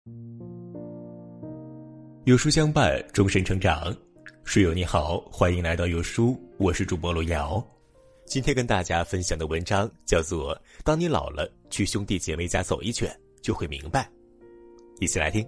有书相伴，终身成长。书友你好，欢迎来到有书，我是主播罗瑶。今天跟大家分享的文章叫做《当你老了，去兄弟姐妹家走一圈，就会明白》。一起来听。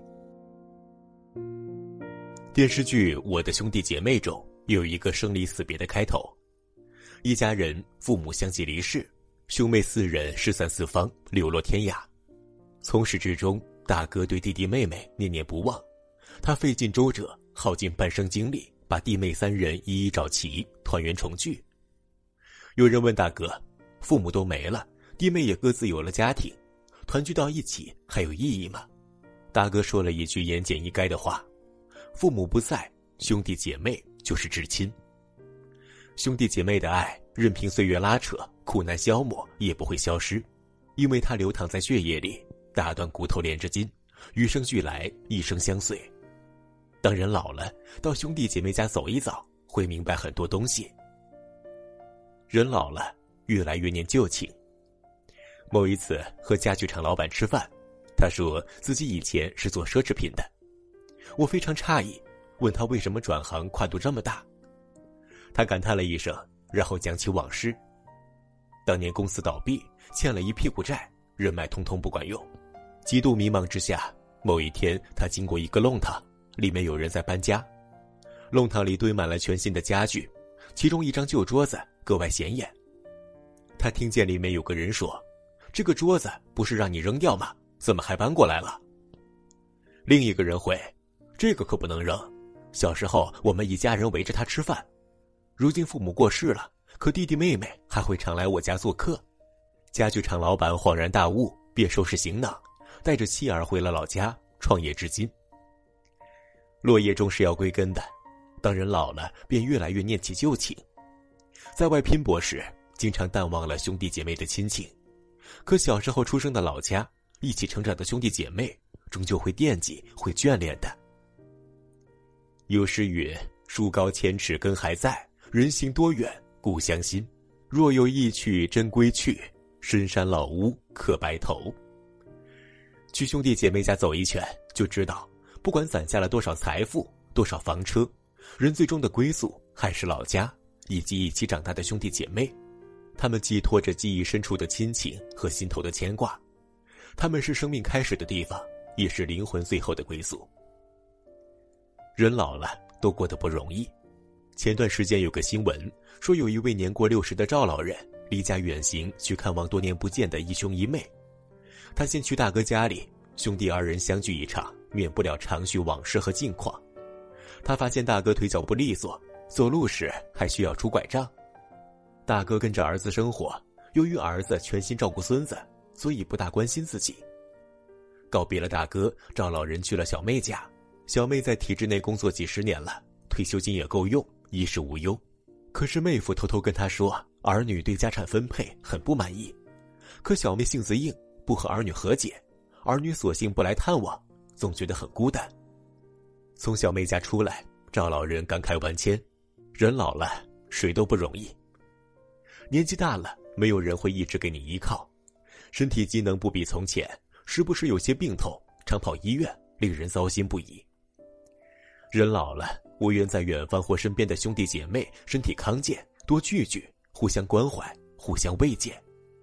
电视剧《我的兄弟姐妹》中有一个生离死别的开头，一家人父母相继离世，兄妹4人失散四方，流落天涯。从始至终，大哥对弟弟妹妹念念不忘，他费尽周折，耗尽半生精力，把弟妹3人一一找齐，团圆重聚。有人问大哥，父母都没了，弟妹也各自有了家庭，团聚到一起还有意义吗？大哥说了一句言简意赅的话，父母不在，兄弟姐妹就是至亲。兄弟姐妹的爱，任凭岁月拉扯，苦难消磨，也不会消失，因为它流淌在血液里，打断骨头连着筋，与生俱来，一生相随。当人老了，到兄弟姐妹家走一遭，会明白很多东西。人老了，越来越念旧情。某一次和家具厂老板吃饭，他说自己以前是做奢侈品的。我非常诧异，问他为什么转行跨度这么大。他感叹了一声，然后讲起往事。当年公司倒闭，欠了一屁股债，人脉通通不管用。极度迷茫之下，某一天他经过一个弄堂，里面有人在搬家。弄堂里堆满了全新的家具，其中一张旧桌子格外显眼。他听见里面有个人说，这个桌子不是让你扔掉吗？怎么还搬过来了？另一个人回，这个可不能扔，小时候我们一家人围着它吃饭，如今父母过世了，可弟弟妹妹还会常来我家做客。家具厂老板恍然大悟，便收拾行囊，带着妻儿回了老家，创业至今。落叶终是要归根的，当人老了，便越来越念起旧情。在外拼搏时，经常淡忘了兄弟姐妹的亲情，可小时候出生的老家，一起成长的兄弟姐妹，终究会惦记，会眷恋的。有诗云，树高千尺根还在，人行多远故乡心。若有意去真归去，深山老屋可白头。去兄弟姐妹家走一圈，就知道不管攒下了多少财富，多少房车，人最终的归宿还是老家，以及一起长大的兄弟姐妹。他们寄托着记忆深处的亲情和心头的牵挂，他们是生命开始的地方，也是灵魂最后的归宿。人老了都过得不容易。前段时间有个新闻说，有一位年过60的赵老人离家远行，去看望多年不见的一兄一妹。他先去大哥家里，兄弟2人相聚一场，免不了长叙往事和近况。他发现大哥腿脚不利索，走路时还需要拄拐杖。大哥跟着儿子生活，由于儿子全心照顾孙子，所以不大关心自己。告别了大哥，赵老人去了小妹家。小妹在体制内工作几10年了，退休金也够用，衣食无忧。可是妹夫偷偷跟她说，儿女对家产分配很不满意。可小妹性子硬，不和儿女和解，儿女索性不来探望，总觉得很孤单。从小妹家出来，赵老人感慨万千，人老了，谁都不容易。年纪大了，没有人会一直给你依靠，身体机能不比从前，时不时有些病痛，常跑医院，令人糟心不已。人老了，无缘在远方或身边的兄弟姐妹身体康健，多聚聚，互相关怀，互相慰藉。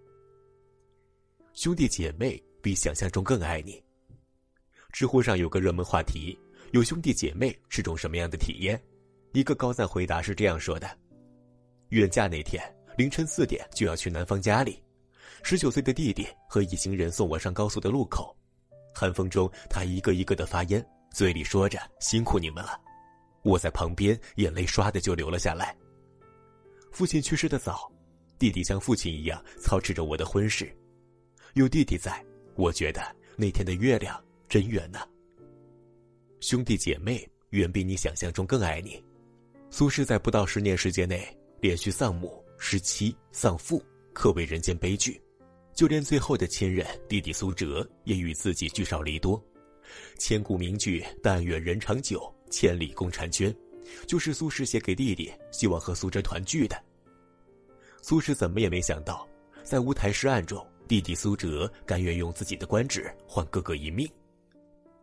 兄弟姐妹比想象中更爱你。知乎上有个热门话题，有兄弟姐妹是种什么样的体验？一个高赞回答是这样说的：远嫁那天凌晨4点就要去男方家里，19岁的弟弟和一行人送我上高速的路口，寒风中他一个一个的发烟，嘴里说着辛苦你们了。我在旁边眼泪唰的就流了下来。父亲去世的早，弟弟像父亲一样操持着我的婚事。有弟弟在，我觉得那天的月亮真圆呢。兄弟姐妹远比你想象中更爱你。苏轼在不到10年时间内连续丧母、失妻、丧父，可谓人间悲剧。就连最后的亲人弟弟苏辙也与自己聚少离多。千古名句“但愿人长久，千里共婵娟”，就是苏轼写给弟弟，希望和苏辙团聚的。苏轼怎么也没想到，在乌台诗案中，弟弟苏辙甘愿用自己的官职换哥哥一命。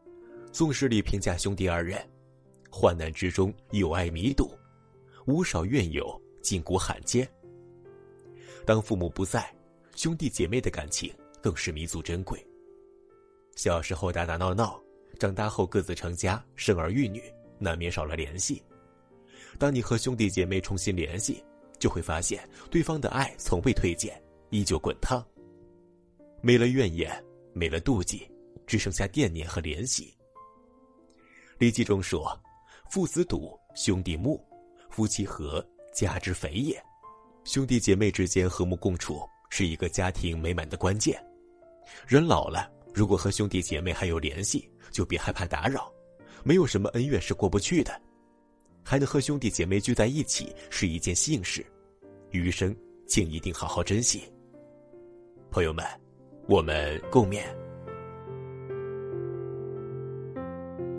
宋时里评价兄弟二人，患难之中友爱弥笃，无少怨友，近古罕见。当父母不在，兄弟姐妹的感情更是弥足珍贵。小时候打打闹闹，长大后各自成家，生儿育女，难免少了联系。当你和兄弟姐妹重新联系，就会发现对方的爱从未退减，依旧滚烫。没了怨言，没了妒忌，只剩下惦念和怜惜。礼记中说，父子笃，兄弟睦，夫妻和，家之肥也。兄弟姐妹之间和睦共处，是一个家庭美满的关键。人老了，如果和兄弟姐妹还有联系，就别害怕打扰，没有什么恩怨是过不去的。还能和兄弟姐妹聚在一起，是一件幸事，余生请一定好好珍惜。朋友们，我们共勉。